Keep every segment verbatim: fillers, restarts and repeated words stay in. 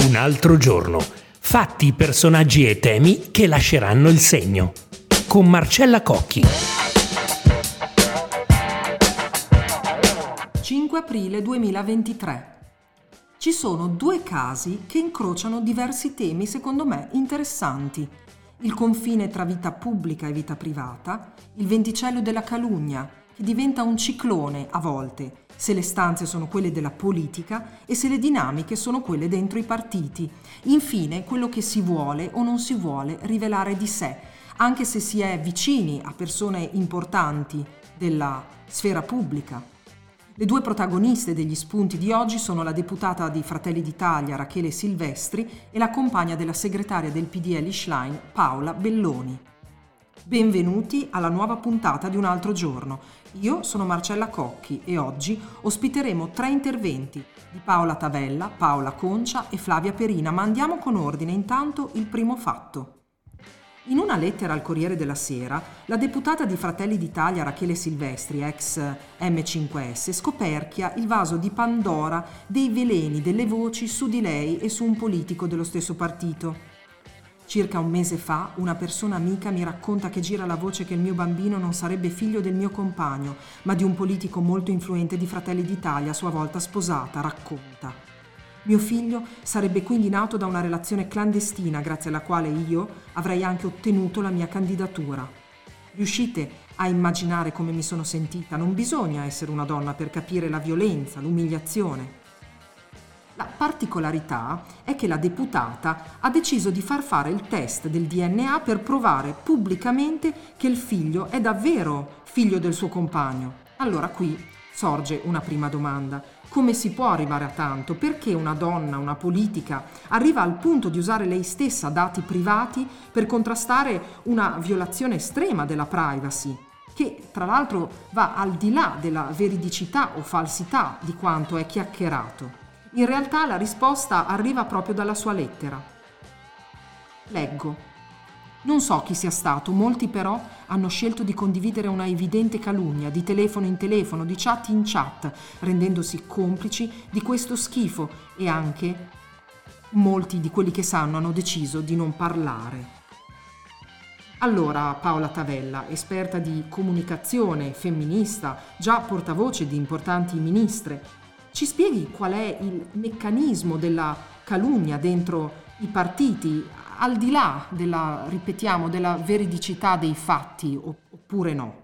Un altro giorno. Fatti, personaggi e temi che lasceranno il segno. Con Marcella Cocchi. cinque aprile duemilaventitré. Ci sono due casi che incrociano diversi temi secondo me interessanti. Il confine tra vita pubblica e vita privata, il venticello della calunnia, che diventa un ciclone a volte, se le stanze sono quelle della politica e se le dinamiche sono quelle dentro i partiti. Infine, quello che si vuole o non si vuole rivelare di sé, anche se si è vicini a persone importanti della sfera pubblica. Le due protagoniste degli spunti di oggi sono la deputata di Fratelli d'Italia Rachele Silvestri e la compagna della segretaria del P D L Schlein Paola Belloni. Benvenuti alla nuova puntata di Un altro giorno. Io sono Marcella Cocchi e oggi ospiteremo tre interventi di Paola Tavella, Paola Concia e Flavia Perina, ma andiamo con ordine. Intanto il primo fatto. In una lettera al Corriere della Sera, la deputata di Fratelli d'Italia Rachele Silvestri, ex M cinque S, scoperchia il vaso di Pandora dei veleni delle voci su di lei e su un politico dello stesso partito. Circa un mese fa, una persona amica mi racconta che gira la voce che il mio bambino non sarebbe figlio del mio compagno, ma di un politico molto influente di Fratelli d'Italia, a sua volta sposata, racconta. Mio figlio sarebbe quindi nato da una relazione clandestina grazie alla quale io avrei anche ottenuto la mia candidatura. Riuscite a immaginare come mi sono sentita? Non bisogna essere una donna per capire la violenza, l'umiliazione. La particolarità è che la deputata ha deciso di far fare il test del D N A per provare pubblicamente che il figlio è davvero figlio del suo compagno. Allora qui sorge una prima domanda. Come si può arrivare a tanto? Perché una donna, una politica, arriva al punto di usare lei stessa dati privati per contrastare una violazione estrema della privacy, che tra l'altro va al di là della veridicità o falsità di quanto è chiacchierato? In realtà la risposta arriva proprio dalla sua lettera. Leggo. Non so chi sia stato, molti però hanno scelto di condividere una evidente calunnia, di telefono in telefono, di chat in chat, rendendosi complici di questo schifo, e anche molti di quelli che sanno hanno deciso di non parlare. Allora, Paola Tavella, esperta di comunicazione, femminista, già portavoce di importanti ministre, ci spieghi qual è il meccanismo della calunnia dentro i partiti, al di là della, ripetiamo, della veridicità dei fatti, oppure no?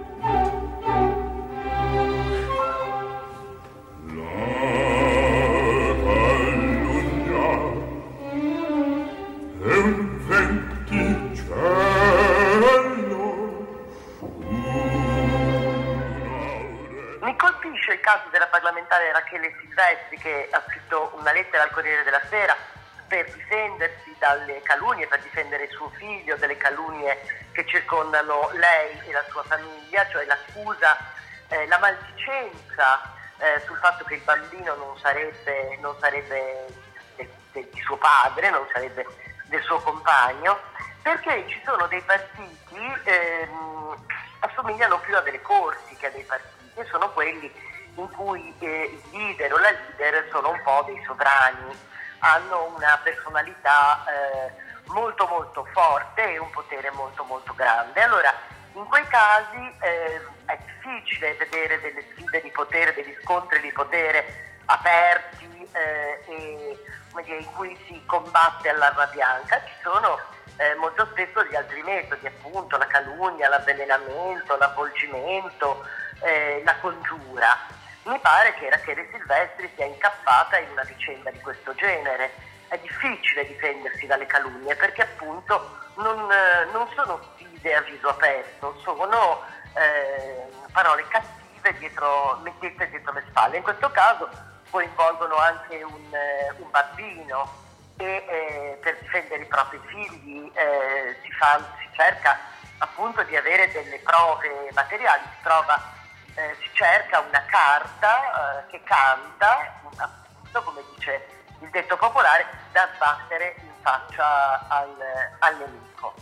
Mi colpisce il caso della parlamentare Rachele Silvestri, che ha scritto una lettera al Corriere della Sera per difendersi dalle calunnie, per difendere suo figlio, delle calunnie che circondano lei e la sua famiglia, cioè l'accusa, eh, la maldicenza eh, sul fatto che il bambino non sarebbe, non sarebbe del, del, di suo padre, non sarebbe del suo compagno, perché ci sono dei partiti che ehm, assomigliano più a delle corti che a dei partiti, e sono quelli in cui eh, il leader o la leader sono un po' dei sovrani, hanno una personalità eh, molto molto forte e un potere molto molto grande. Allora, in quei casi eh, è difficile vedere delle sfide di potere, degli scontri di potere aperti eh, e come dire, in cui si combatte all'arma bianca. Ci sono eh, molto spesso gli altri metodi, appunto la calunnia, l'avvelenamento, l'avvolgimento, eh, la congiura. Mi pare che Rachele Silvestri sia incappata in una vicenda di questo genere. È difficile difendersi dalle calunnie perché appunto non, non sono sfide a viso aperto, sono eh, parole cattive dietro, mettete dietro le spalle. In questo caso coinvolgono anche un, un bambino e eh, per difendere i propri figli eh, si, fa, si cerca appunto di avere delle prove materiali, si trova Eh, si cerca una carta eh, che canta, appunto, come dice il detto popolare, da sbattere in faccia al, al nemico.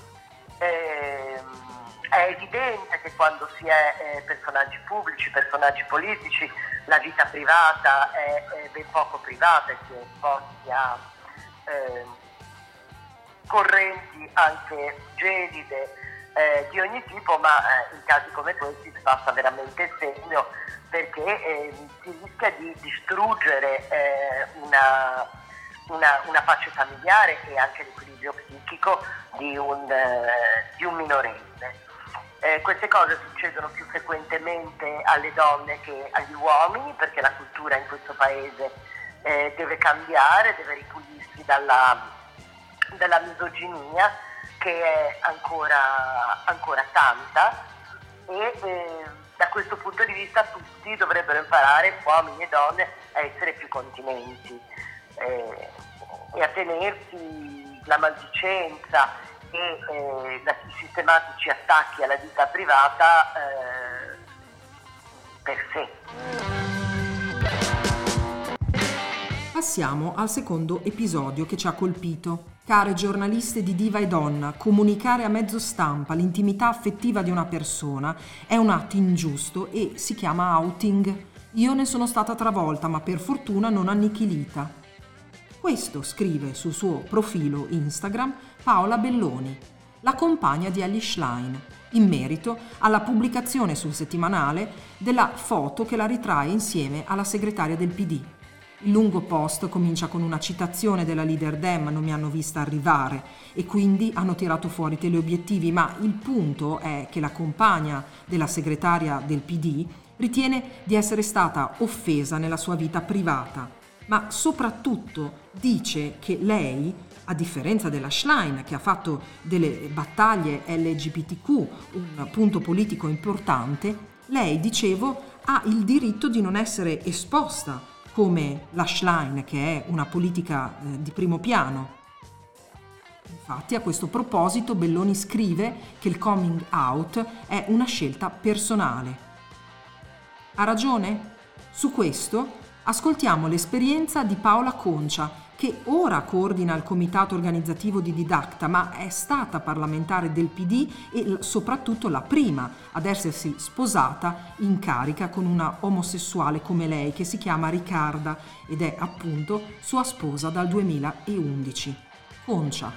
Eh, è evidente che quando si è eh, personaggi pubblici, personaggi politici, la vita privata è, è ben poco privata e si, è, si, ha, eh, correnti anche gelide eh, di ogni tipo, ma eh, in casi come questi si passa veramente il segno, perché eh, si rischia di distruggere eh, una, una, una pace familiare e anche l'equilibrio psichico di un, eh, di un minorenne. Eh, queste cose succedono più frequentemente alle donne che agli uomini, perché la cultura in questo paese eh, deve cambiare, deve ripulirsi dalla, dalla misoginia che è ancora, ancora tanta, e eh, da questo punto di vista tutti dovrebbero imparare, uomini e donne, a essere più continenti eh, e a tenersi la maldicenza e eh, i sistematici attacchi alla vita privata eh, per sé. Passiamo al secondo episodio che ci ha colpito. Care giornaliste di Diva e Donna, comunicare a mezzo stampa l'intimità affettiva di una persona è un atto ingiusto e si chiama outing. Io ne sono stata travolta, ma per fortuna non annichilita. Questo scrive sul suo profilo Instagram Paola Belloni, la compagna di Elly Schlein, in merito alla pubblicazione sul settimanale della foto che la ritrae insieme alla segretaria del P D. Il lungo post comincia con una citazione della leader Dem, non mi hanno vista arrivare, e quindi hanno tirato fuori teleobiettivi, ma il punto è che la compagna della segretaria del P D ritiene di essere stata offesa nella sua vita privata, ma soprattutto dice che lei, a differenza della Schlein, che ha fatto delle battaglie L G B T Q un punto politico importante, lei, dicevo, ha il diritto di non essere esposta come la Schlein, che è una politica eh, di primo piano. Infatti, a questo proposito, Belloni scrive che il coming out è una scelta personale. Ha ragione? Su questo ascoltiamo l'esperienza di Paola Concia, che ora coordina il comitato organizzativo di Didacta, ma è stata parlamentare del P D e soprattutto la prima ad essersi sposata in carica con una omosessuale come lei, che si chiama Riccarda ed è appunto sua sposa dal duemilaundici. Concia.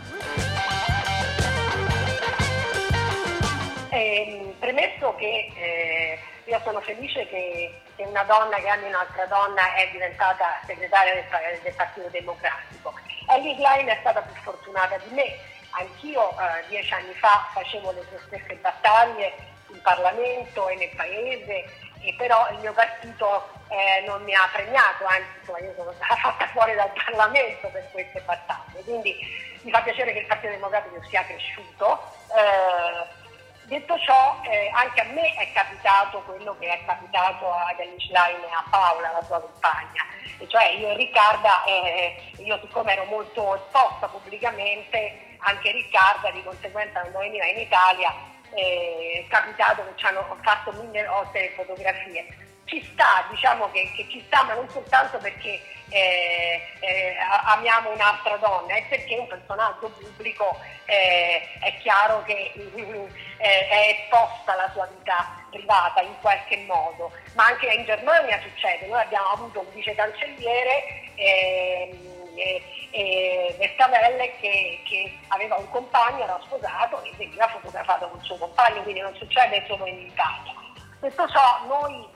Eh, premesso che eh, io sono felice che che una donna che ama un'altra donna è diventata segretaria del, del Partito Democratico. Elly Schlein è stata più fortunata di me. Anch'io eh, dieci anni fa facevo le sue stesse battaglie in Parlamento e nel Paese, e però il mio partito eh, non mi ha premiato, anzi insomma, io sono stata fatta fuori dal Parlamento per queste battaglie, quindi mi fa piacere che il Partito Democratico sia cresciuto. Eh, Detto ciò, eh, anche a me è capitato quello che è capitato ad Elly Schlein e a Paola, la sua compagna, e cioè io e Riccarda, eh, io siccome ero molto esposta pubblicamente, anche Riccarda di conseguenza quando veniva in Italia eh, è capitato che ci hanno fatto mille volte le fotografie. Ci sta, diciamo che, che ci sta, ma non soltanto perché eh, eh, amiamo un'altra donna, è perché un personaggio pubblico eh, è chiaro che eh, è esposta alla sua vita privata in qualche modo, ma anche in Germania succede. Noi abbiamo avuto un vice cancelliere eh, eh, eh, Westerwelle che, che aveva un compagno, era sposato e veniva fotografato con il suo compagno, quindi non succede solo in Italia. Detto ciò, noi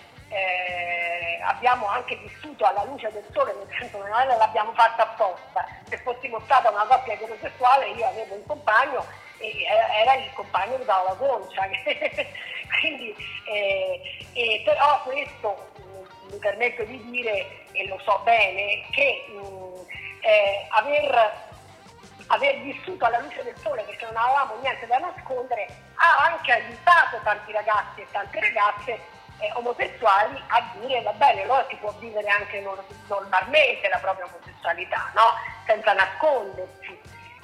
Eh, abbiamo anche vissuto alla luce del sole, nel senso che non l'abbiamo fatta apposta. Se fossimo stata una coppia eterosessuale, io avevo un compagno e era il compagno di Paola Concia. Quindi, eh, eh, però questo mh, mi permetto di dire, e lo so bene, che mh, eh, aver, aver vissuto alla luce del sole, perché non avevamo niente da nascondere, ha anche aiutato tanti ragazzi e tante ragazze Eh, omosessuali a dire va bene, allora si può vivere anche normalmente la propria omosessualità, no? Senza nascondersi.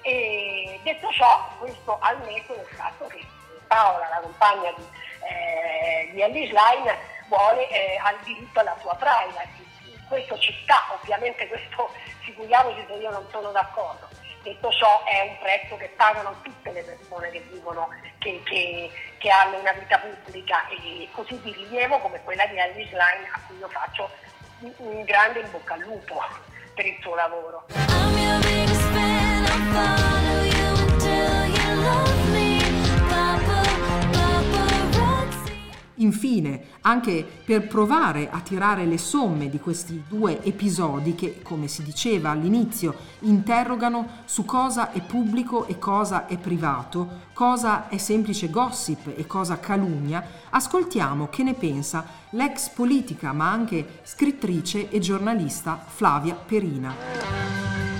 E detto ciò, questo al netto del fatto che Paola, la compagna di, eh, di Elly Schlein, vuole, eh, ha il diritto alla sua privacy. Questo ci sta, ovviamente questo figuriamoci se io non sono d'accordo. Detto ciò, è un prezzo che pagano tutte le persone che vivono, che, che, che hanno una vita pubblica e così di rilievo come quella di Elly Schlein, a cui io faccio un grande in bocca al lupo per il suo lavoro. Infine, anche per provare a tirare le somme di questi due episodi che, come si diceva all'inizio, interrogano su cosa è pubblico e cosa è privato, cosa è semplice gossip e cosa calunnia, ascoltiamo che ne pensa l'ex politica ma anche scrittrice e giornalista Flavia Perina.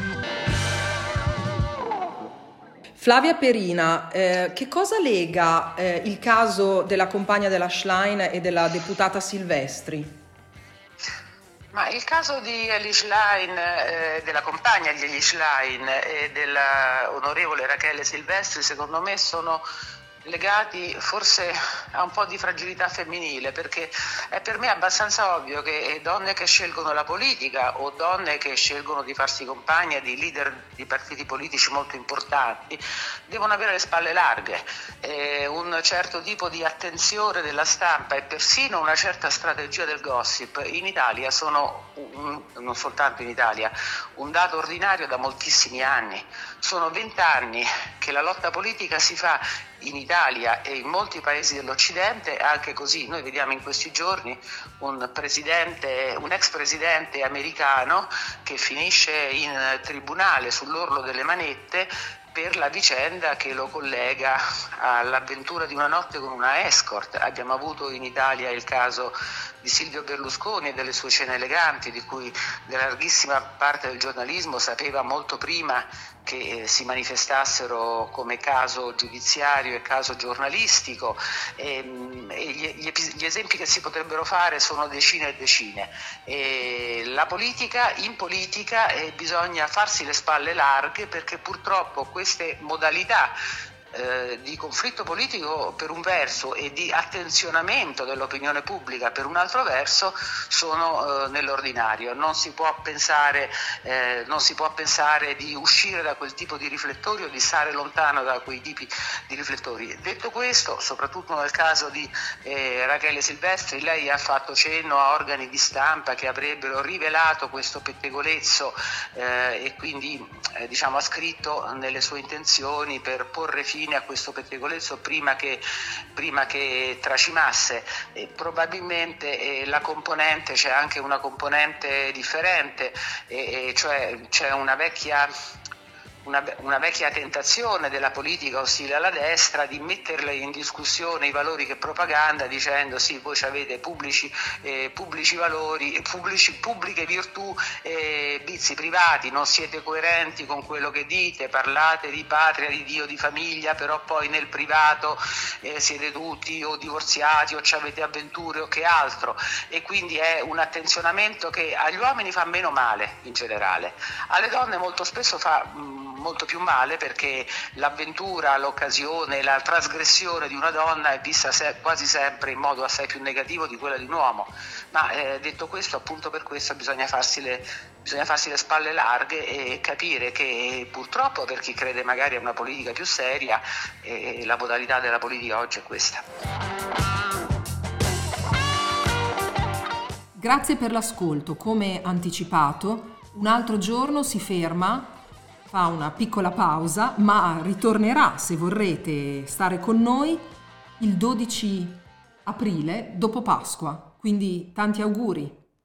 Flavia Perina, eh, che cosa lega eh, il caso della compagna della Schlein e della deputata Silvestri? Ma il caso di Elly Schlein, eh, della compagna di Elly Schlein e della onorevole Rachele Silvestri, secondo me sono legati forse a un po' di fragilità femminile, perché è per me abbastanza ovvio che donne che scelgono la politica o donne che scelgono di farsi compagna di leader di partiti politici molto importanti devono avere le spalle larghe, eh, un certo tipo di attenzione della stampa e persino una certa strategia del gossip. In Italia sono, un, non soltanto in Italia, un dato ordinario da moltissimi anni. Sono vent'anni che la lotta politica si fa in Italia e in molti paesi dell'Occidente, anche così noi vediamo in questi giorni un presidente, un ex presidente americano che finisce in tribunale sull'orlo delle manette per la vicenda che lo collega all'avventura di una notte con una escort. Abbiamo avuto in Italia il caso di Silvio Berlusconi e delle sue cene eleganti, di cui la larghissima parte del giornalismo sapeva molto prima che si manifestassero come caso giudiziario e caso giornalistico, e, e gli, gli esempi che si potrebbero fare sono decine e decine. E la politica, in politica eh, bisogna farsi le spalle larghe, perché purtroppo queste modalità Eh, di conflitto politico per un verso e di attenzionamento dell'opinione pubblica per un altro verso sono eh, nell'ordinario. Non si può pensare, eh, non si può pensare di uscire da quel tipo di riflettori o di stare lontano da quei tipi di riflettori. Detto questo, soprattutto nel caso di eh, Rachele Silvestri, lei ha fatto cenno a organi di stampa che avrebbero rivelato questo pettegolezzo eh, e quindi eh, diciamo, ha scritto nelle sue intenzioni per porre fine a questo pettegolezzo prima che, prima che tracimasse. E probabilmente eh, la componente, c'è anche una componente differente, e, e cioè c'è una vecchia Una, una vecchia tentazione della politica ostile alla destra di metterle in discussione i valori che propaganda, dicendo sì, voi avete pubblici, eh, pubblici valori, pubblici, pubbliche virtù e eh, vizi privati, non siete coerenti con quello che dite, parlate di patria, di Dio, di famiglia, però poi nel privato eh, siete tutti o divorziati o avete avventure o che altro, e quindi è un attenzionamento che agli uomini fa meno male in generale, alle donne molto spesso fa mh, molto più male, perché l'avventura, l'occasione, la trasgressione di una donna è vista se- quasi sempre in modo assai più negativo di quella di un uomo. Ma eh, detto questo, appunto per questo bisogna farsi le, bisogna farsi le spalle larghe e capire che purtroppo, per chi crede magari a una politica più seria, eh, la modalità della politica oggi è questa. Grazie per l'ascolto. Come anticipato, un altro giorno si ferma, fa una piccola pausa, ma ritornerà, se vorrete stare con noi, il dodici aprile dopo Pasqua. Quindi tanti auguri!